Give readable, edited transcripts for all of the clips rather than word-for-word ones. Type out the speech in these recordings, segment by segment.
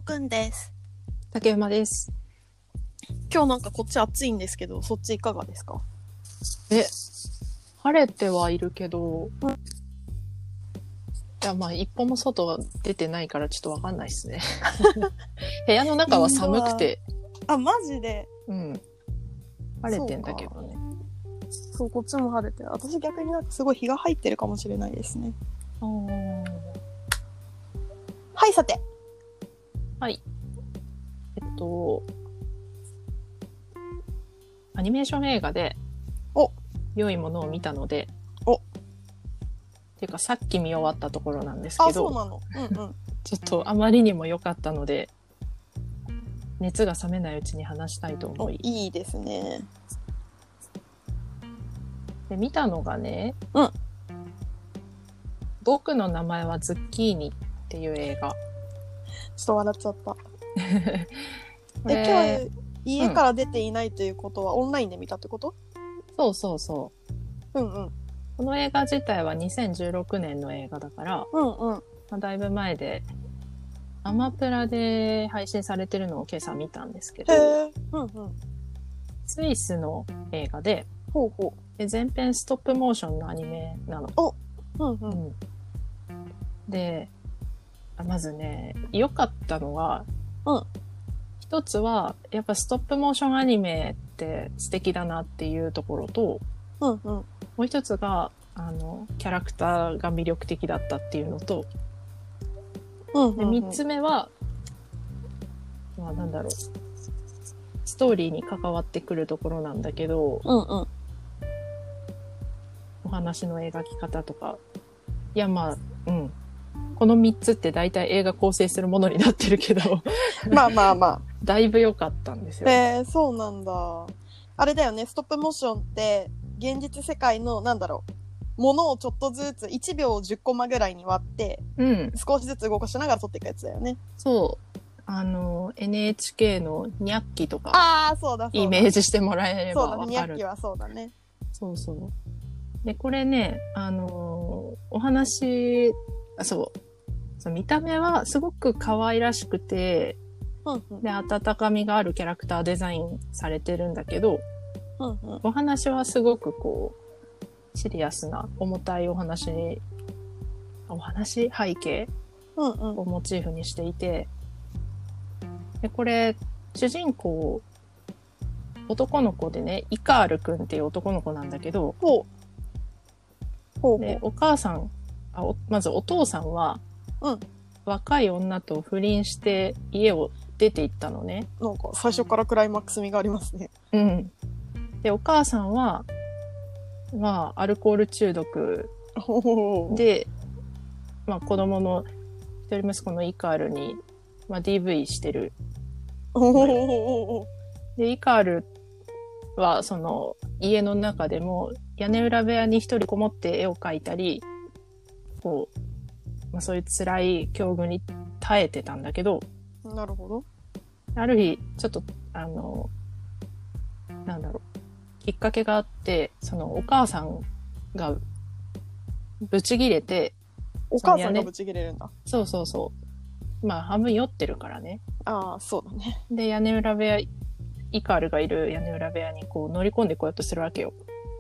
くんです。 竹馬です。 今日なんかこっち暑いんですけど、そっちいかがですか？ 晴れてはいるけど、いや、まあ、一歩も外は出てないからちょっとわかんないですね。部屋の中は寒くて。 あ、マジで？ うん。晴れてんだけどね。 そう、こっちも晴れてる。私逆になんかすごい日が入ってるかもしれないですね。はい、さて。 はい。アニメーション映画で、良いものを見たので、っていうかさっき見終わったところなんですけど、 あ、そうなの。うんうん。 ちょっとあまりにも良かったので、熱が冷めないうちに話したいと思い。 いいですね。 で、見たのがね、僕の名前はズッキーニっていう映画。 ちょっと笑っちゃった。今日家から出ていないということは、オンラインで見たってこと？ そうそうそう。 うんうん。 この映画自体は2016年の映画だから、だいぶ前で、アマプラで配信されてるのを今朝見たんですけど、スイスの映画で、で全編ストップモーションのアニメなの。で、まずね、良かったのは、一つは、やっぱストップモーションアニメって素敵だなっていうところと、もう一つが、キャラクターが魅力的だったっていうのと、で三つ目は、まあなんだろう、ストーリーに関わってくるところなんだけど、お話の描き方とか、いやまあ、この三つって大体映画構成するものになってるけどまあまあまあ。 だいぶ良かったんですよ。 そうなんだ。あれだよね、ストップモーションって現実世界のものをちょっとずつ1秒10コマぐらいに割って、少しずつ動かしながら撮っていくやつだよね。 そう。NHK のニャッキとか、イメージしてもらえればわかる。 ニャッキはそうだね。 そうそう。で、これね、お話、見た目はすごく可愛らしくて、で、温かみがあるキャラクターデザインされてるんだけど、お話はすごくこう、シリアスな重たい背景をモチーフにしていて、で、これ、主人公、男の子でね、イカールくんっていう男の子なんだけど、で、お母さん、まずお父さんは、若い女と不倫して家を出て行ったのね。 なんか最初からクライマックス味がありますね。 で、お母さんは、まあ、アルコール中毒で、まあ、子供の一人息子のイカールに、まあ、DV してる。で、イカールは、その、家の中でも、屋根裏部屋に一人こもって絵を描いたり、こう、まあ、そういう辛い境遇に耐えてたんだけど、 なるほど。 ある日、ちょっと、きっかけがあって、そのお母さんがブチギレて、 お母さんがブチギレるんだ。 そうそうそう。まあ、半分酔ってるからね。 ああ、そうだね。 で、屋根裏部屋、イカールがいる屋根裏部屋にこう乗り込んでこようとするわけよ。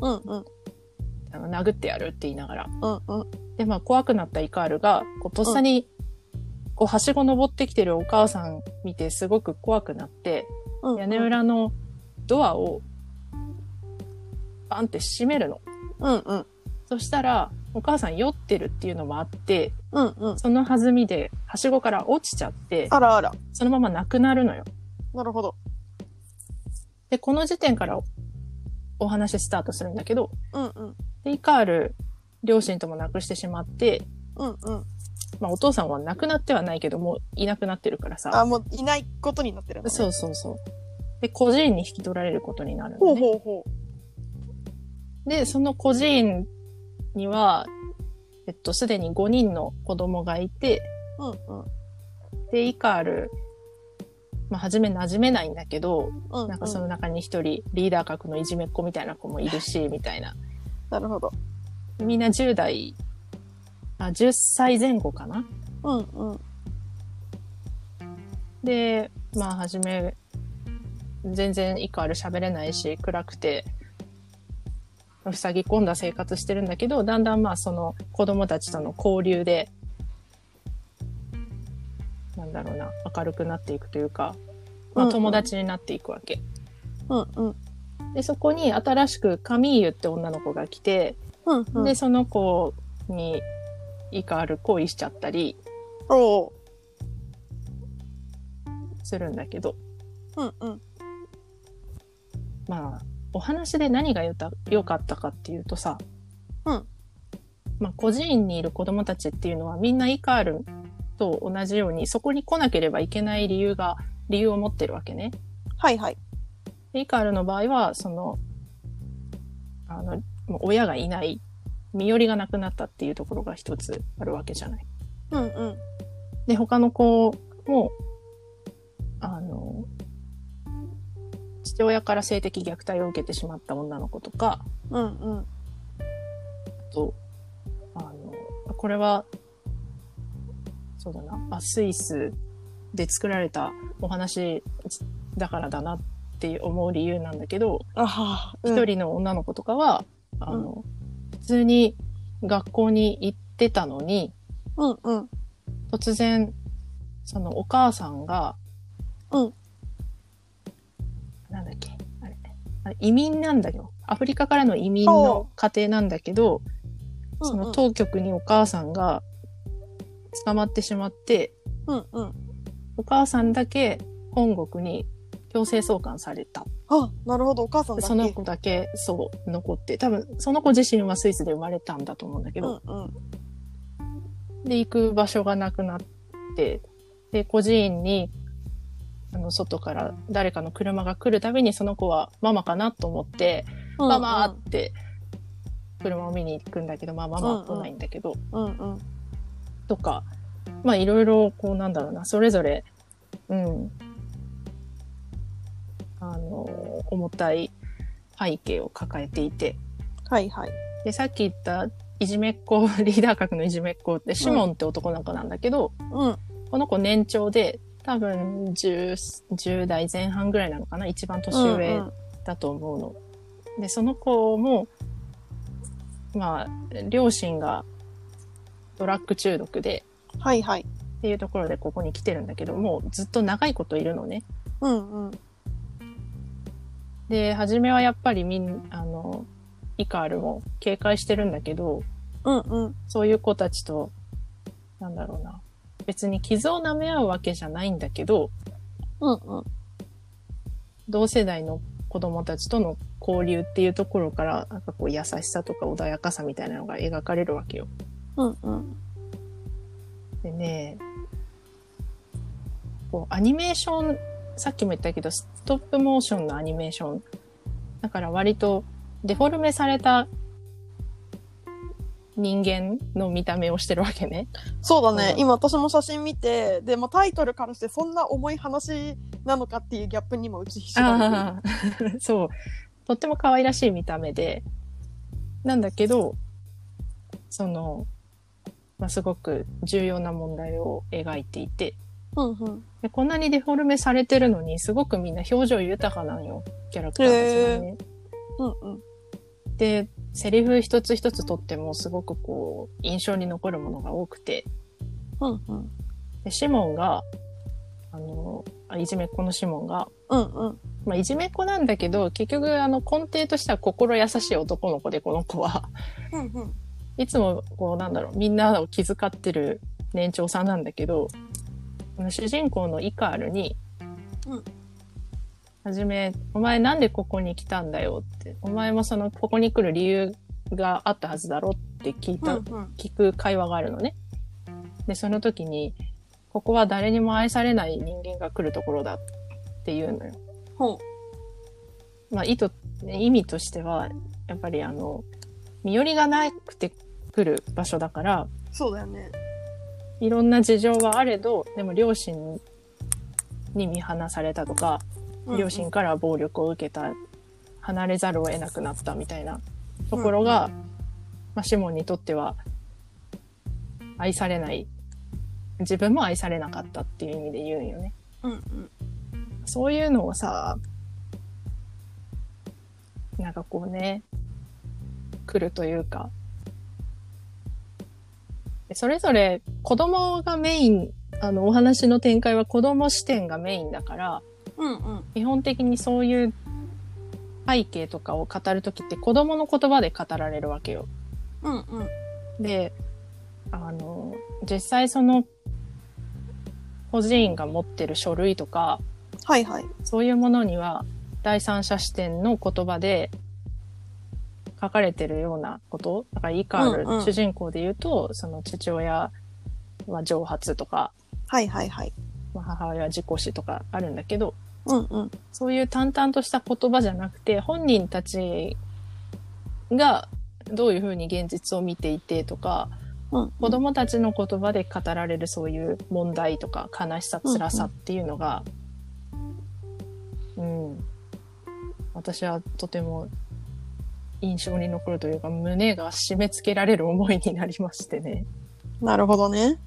殴ってやるって言いながら。で、まあ、怖くなったイカールが、こう、とっさに、こう、はしご登ってきてるお母さん見て、すごく怖くなって、屋根裏のドアを、バンって閉めるの。そしたら、お母さん酔ってるっていうのもあって、その弾みで、はしごから落ちちゃって、そのまま亡くなるのよ。 なるほど。 で、この時点からお話スタートするんだけど、で、イカール、両親とも亡くしてしまって、まあお父さんは亡くなってはないけど、もういなくなってるからさ。 もういないことになってるのね。 そうそうそう。で、孤児院に引き取られることになるのね。で、その孤児院には、すでに5人の子供がいて、で、イカール、まあ、初め馴染めないんだけど、なんかその中に一人リーダー格のいじめっ子みたいな子もいるし、みたいな。 なるほど。 みんな10歳前後かな。 で、まあ、はじめ、全然イカール喋れないし、暗くて、塞ぎ込んだ生活してるんだけど、だんだんまあ、その子供たちとの交流で、なんだろうな、明るくなっていくというか、まあ、友達になっていくわけ。 うんうん。 で、そこに新しくカミーユって女の子が来て、 うんうん、 で、その子にイカール恋しちゃったり、するんだけど、 うんうん。 まあ、お話で何が良かったかっていうとさ、 うん。 まあ、孤児院にいる子供たちっていうのはみんなイカールと同じようにそこに来なければいけない理由を持ってるわけね。 はいはい。 イカールの場合は、もう親がいない、身寄りがなくなったっていうところが一つあるわけじゃない。 うんうん。 で、他の子も、父親から性的虐待を受けてしまった女の子とか、 うんうん。 あと、これは、そうだな、スイスで作られたお話だからだなって思う理由なんだけど、一人の女の子とかは、普通に学校に行ってたのに、 うんうん。 突然、そのお母さんが、なんだっけ、あれ移民なんだよ。アフリカからの移民の家庭なんだけど、その当局にお母さんが捕まってしまって、お母さんだけ本国に強制送還された。 なるほど、お母さんだけ。 その子だけ、そう残って、多分その子自身はスイスで生まれたんだと思うんだけど、で、行く場所がなくなって、で、孤児院に、外から誰かの車が来るたびにその子はママかなと思って、ママって車を見に行くんだけど、ママは来ないんだけど、とか、まあいろいろこうなんだろうな、それぞれ、重たい背景を抱えていて、 はいはい。 で、さっき言ったいじめっ子、リーダー格のいじめっ子ってシモンって男の子なんだけど、この子年長で、多分10代前半ぐらいなのかな、一番年上だと思うの。で、その子も、まあ、両親がドラッグ中毒で、 はいはい。 っていうところでここに来てるんだけど、もうずっと長いこといるのね。で、初めはやっぱりイカールも警戒してるんだけど、そういう子たちと、なんだろうな。別に傷を舐め合うわけじゃないんだけど、同世代の子供たちとの交流っていうところから、なんかこう優しさとか穏やかさみたいなのが描かれるわけよ。でね、こうアニメーション、さっきも言ったけど、ストップモーションのアニメーション。だから割とデフォルメされた人間の見た目をしてるわけね。 そうだね。今私も写真見て、でもタイトルからしてそんな重い話なのかっていうギャップにも打ちひしがれてそう。とっても可愛らしい見た目で、なんだけど、すごく重要な問題を描いていて、でこんなにデフォルメされてるのにすごくみんな表情豊かなんよ、キャラクターたちがね。で、セリフ一つ一つとってもすごくこう印象に残るものが多くて、でシモンがいじめっ子のシモンが、まあいじめっ子なんだけど結局根底としては心優しい男の子で、この子は、いつもこうなんだろう、みんなを気遣ってる年長さんなんだけど、主人公のイカールに、はじめ、お前なんでここに来たんだよって、お前もここに来る理由があったはずだろって聞く会話があるのね。で、その時に、ここは誰にも愛されない人間が来るところだって言うのよ。まあ、意味としては、やっぱり身寄りがなくて来る場所だから、 そうだよね。 いろんな事情はあれど、でも両親に見放されたとか、両親から暴力を受けた、離れざるを得なくなったみたいなところが、まあ、シモンにとっては愛されない、自分も愛されなかったっていう意味で言うんよね。 うんうん。 そういうのをさ、なんかこうね、来るというか、それぞれ子供がメイン、お話の展開は子供視点がメインだから、 うんうん。 基本的にそういう背景とかを語るときって子供の言葉で語られるわけよ。 うんうん。 で、実際その孤児院が持ってる書類とか、 はいはい。 そういうものには第三者視点の言葉で書かれてるようなこと。だからイカール、主人公で言うと、その父親は蒸発とか、 はいはいはい。 母親は事故死とかあるんだけど、 うんうん。 そういう淡々とした言葉じゃなくて、本人たちがどういうふうに現実を見ていてとか、子供たちの言葉で語られるそういう問題とか悲しさ、辛さっていうのが、私はとても印象に残るというか、胸が締め付けられる思いになりましてね。 なるほどね。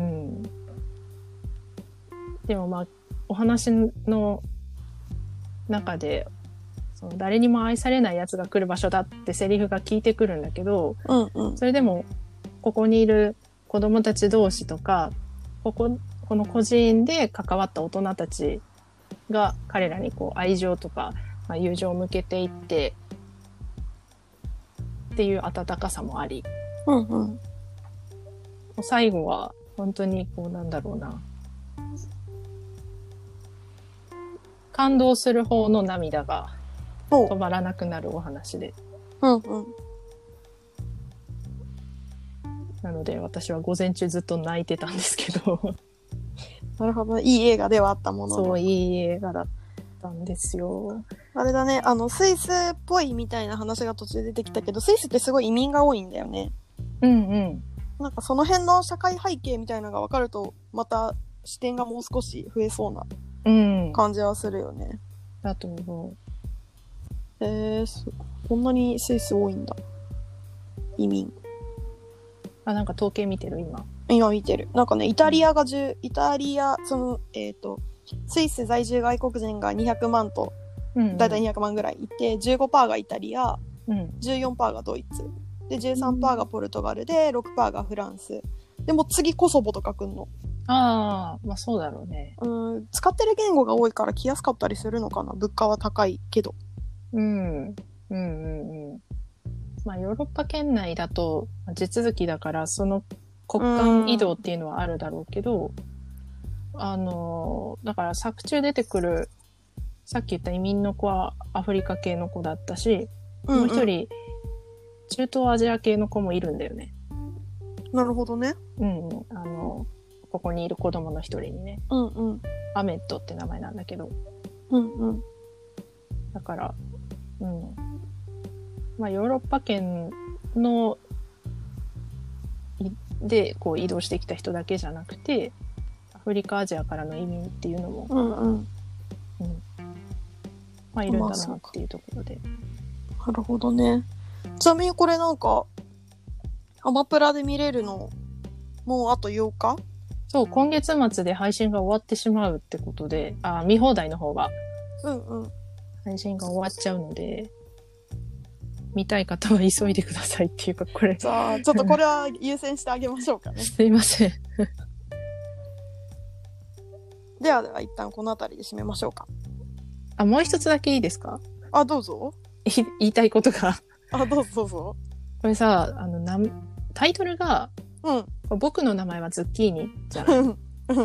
でもまあ、お話の中で、その誰にも愛されない奴が来る場所だってセリフが聞いてくるんだけど、それでもここにいる子供たち同士とか、この孤児院で関わった大人たちが彼らにこう愛情とか、友情を向けていってっていう温かさもあり、最後は本当にこうなんだろうな、感動する方の涙が止まらなくなるお話で、なので私は午前中ずっと泣いてたんですけどなるほど、いい映画ではあったものの。 そう、いい映画だったんですよ。 あれだね、スイスっぽいみたいな話が途中で出てきたけど、スイスってすごい移民が多いんだよね。なんかその辺の社会背景みたいなのが分かると、また視点がもう少し増えそうな感じはするよね。 だと思う。 こんなにスイス多いんだ。移民。 なんか統計見てる今見てる。なんかね、イタリア、その、スイス在住外国人が200万と、だいたい200万ぐらいいて、15% がイタリア、14% がドイツ。で、13% がポルトガルで、6% がフランス。でも次コソボとか来んの。 まあそうだろうね。 使ってる言語が多いから来やすかったりするのかな。物価は高いけど。 まあヨーロッパ圏内だと地続きだからその国間移動っていうのはあるだろうけど、だから作中出てくるさっき言った移民の子はアフリカ系の子だったし、もう一人中東アジア系の子もいるんだよね。 なるほどね。 ここにいる子供の一人にね、アメットって名前なんだけど、だから、まあヨーロッパ圏のでこう移動してきた人だけじゃなくて、アフリカアジアからの移民っていうのも、まあいるんだなっていうところで。 なるほどね。ちなみにこれなんかアマプラで見れるのもうあと8日？ そう、今月末で配信が終わってしまうってことで、見放題の方が配信が終わっちゃうので、見たい方は急いでくださいっていうか、これ。 じゃあ、ちょっとこれは優先してあげましょうかね。 すいません。 では一旦この辺りで締めましょうか。 もう一つだけいいですか？ どうぞ。 言いたいことが。 どうぞどうぞ。 これさ、タイトルが、僕の名前はズッキーニじゃない。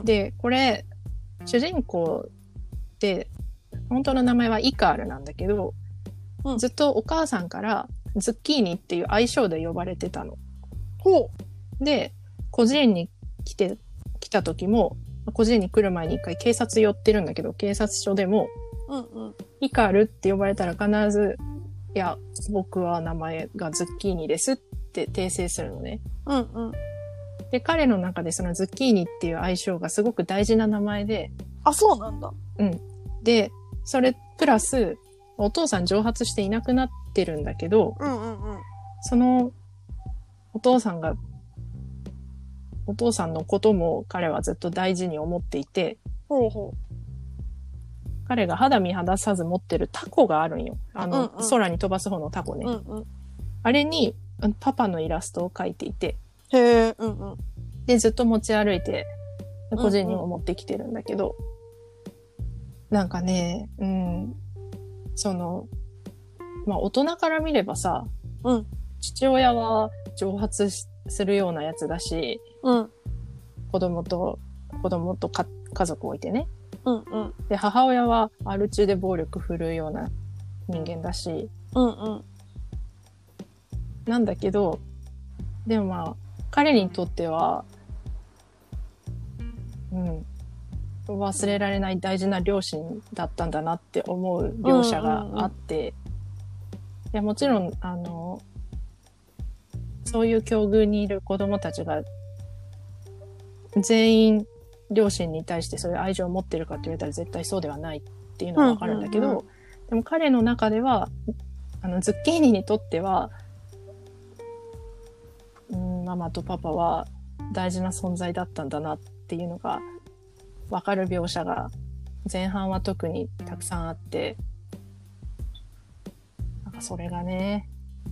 で、これ、主人公って、本当の名前はイカールなんだけど、ずっとお母さんからズッキーニっていう愛称で呼ばれてたの。で、孤児院に来た時も、孤児院に来る前に一回警察寄ってるんだけど、警察署でも、イカールって呼ばれたら必ず、いや、僕は名前がズッキーニですって訂正するのね。で、彼の中でそのズッキーニっていう愛称がすごく大事な名前で。 そうなんだ。 で、それプラス、お父さん蒸発していなくなってるんだけど、そのお父さんのことも彼はずっと大事に思っていて、 彼が肌身離さず持ってるタコがあるんよ。空に飛ばす方のタコね。あれに、パパのイラストを描いていて。で、ずっと持ち歩いて、個人にも持ってきてるんだけど、なんかね、まあ大人から見ればさ、父親は蒸発するようなやつだし、子供と家族を置いてね。で、母親はアル中で暴力振るうような人間だし、なんだけど、でもまあ、彼にとっては、忘れられない大事な両親だったんだなって思う描写があって、いや、もちろん、そういう境遇にいる子供たちが、全員、両親に対してそういう愛情を持ってるかって言われたら絶対そうではないっていうのはわかるんだけど、でも彼の中では、ズッキーニにとっては、ママとパパは大事な存在だったんだなっていうのがわかる描写が前半は特にたくさんあって、なんかそれがね、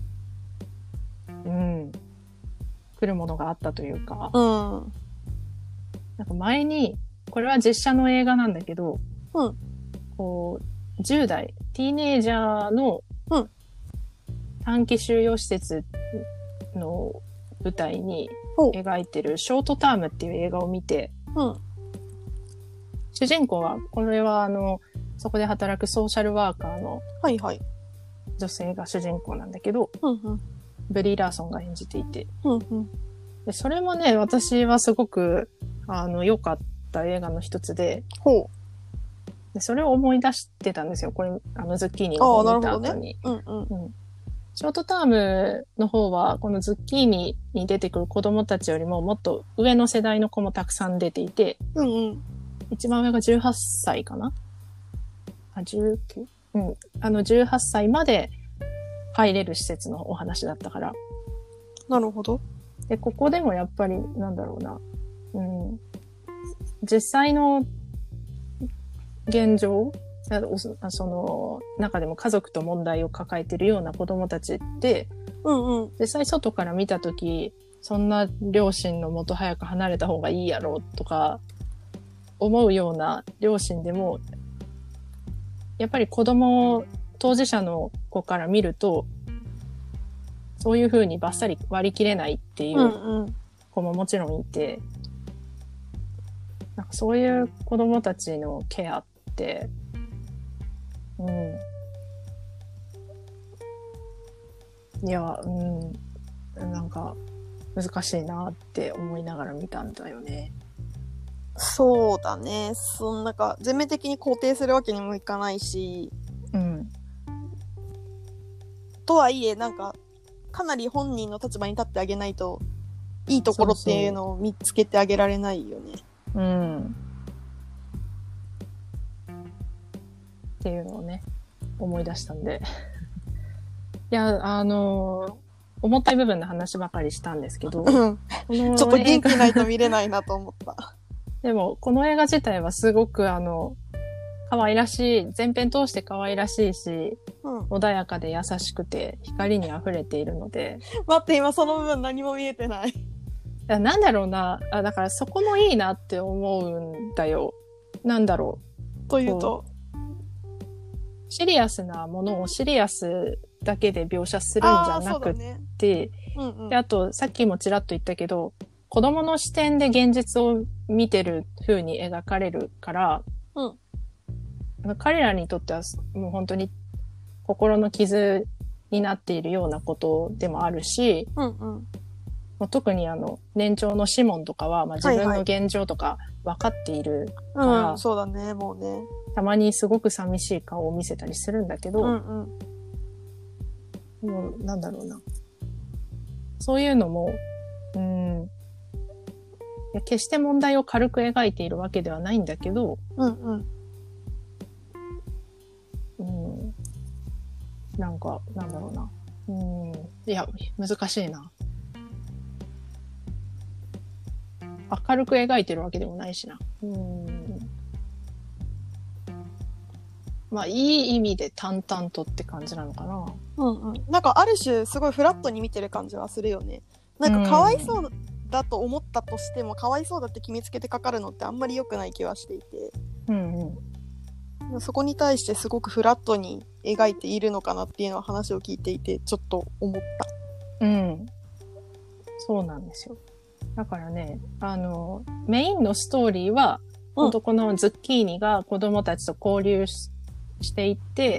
来るものがあったというか、なんか前に、これは実写の映画なんだけど、こう、10代、ティーネイジャーの短期収容施設の舞台に描いてるショートタームっていう映画を見て、主人公は、これはそこで働くソーシャルワーカーの女性が主人公なんだけど、ブリー・ラーソンが演じていて、でそれもね、私はすごく良かった映画の一つで、でそれを思い出してたんですよ。これ、ズッキーニを見た後に。ショートタームの方は、このズッキーニに出てくる子供たちよりももっと上の世代の子もたくさん出ていて、一番上が18歳かな？19？ 18歳まで入れる施設のお話だったから。 なるほど。 で、ここでもやっぱり、なんだろうな。実際の現状、中でも家族と問題を抱えているような子供たちって、実際外から見たとき、そんな両親のもと早く離れた方がいいやろうとか、思うような両親でも、やっぱり当事者の子から見ると、そういう風にバッサリ割り切れないっていう子ももちろんいて、なんかそういう子供たちのケアって、いや、なんか難しいなって思いながら見たんだよね。 そうだね。なんか全面的に肯定するわけにもいかないし、とはいえ、なんかかなり本人の立場に立ってあげないといいところっていうのを見つけてあげられないよね。 っていうのをね、思い出したんで。いや、重たい部分の話ばかりしたんですけど。 ちょっと元気ないと見れないなと思った。 でも、この映画自体はすごく可愛らしい、全編通して可愛らしいし、穏やかで優しくて、光に溢れているので。 待って、今その部分何も見えてない。 なんだろうな。だからそこもいいなって思うんだよ。なんだろう。というと。 シリアスなものをシリアスだけで描写するんじゃなくて、で、あと、さっきもちらっと言ったけど、子供の視点で現実を見てる風に描かれるから、彼らにとってはもう本当に心の傷になっているようなことでもあるし、特に年長のシモンとかは、自分の現状とか分かっているから、 そうだね、もうね。 たまにすごく寂しい顔を見せたりするんだけど、もうなんだろうな。そういうのも、決して問題を軽く描いているわけではないんだけど、なんか、なんだろうな。いや、難しいな。明るく描いてるわけでもないしな。 まあ、いい意味で淡々とって感じなのかな。 うんうん。なんかある種すごいフラットに見てる感じはするよね。なんかかわいそうだと思ったとしても、かわいそうだって決めつけてかかるのってあんまり良くない気はしていて。 うんうん。そこに対してすごくフラットに描いているのかなっていうのは話を聞いていてちょっと思った。 うん。そうなんですよ。だからね、メインのストーリーは、本当このズッキーニが子供たちと交流していって、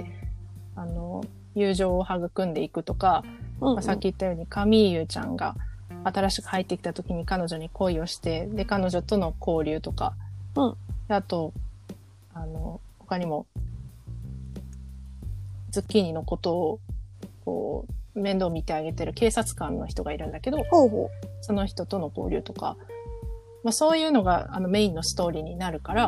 友情を育んでいくとか、まあ、さっき言ったようにカミーユちゃんが新しく入ってきた時に彼女に恋をして、で、彼女との交流とか、であと、他にも、ズッキーニのことを、こう、面倒見てあげてる警察官の人がいるんだけど、その人との交流とか、まあそういうのがメインのストーリーになるから、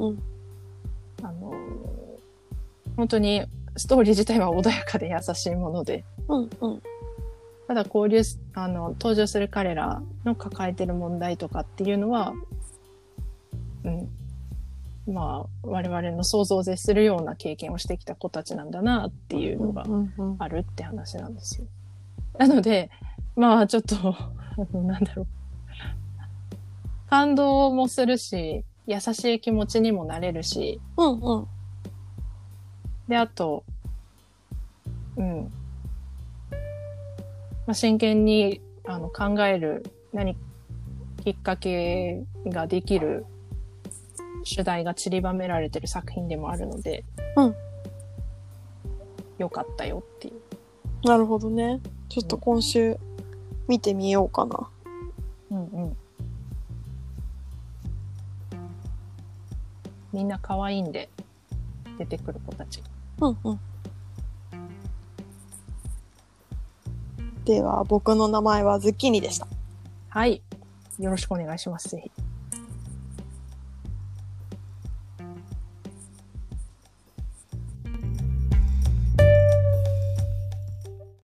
本当にストーリー自体は穏やかで優しいもので、ただ登場する彼らの抱えてる問題とかっていうのは、まあ我々の想像を絶するような経験をしてきた子たちなんだなっていうのがあるって話なんですよ。なので、まあちょっとなんだろう。感動もするし、優しい気持ちにもなれるし、で、あと、まあ、真剣に考えるきっかけができる主題が散りばめられてる作品でもあるので、よかったよっていう。 なるほどね。ちょっと今週見てみようかな。 みんな可愛いんで出てくる子たち。 では僕の名前はズッキーニでした。 はい。よろしくお願いします。ぜひ。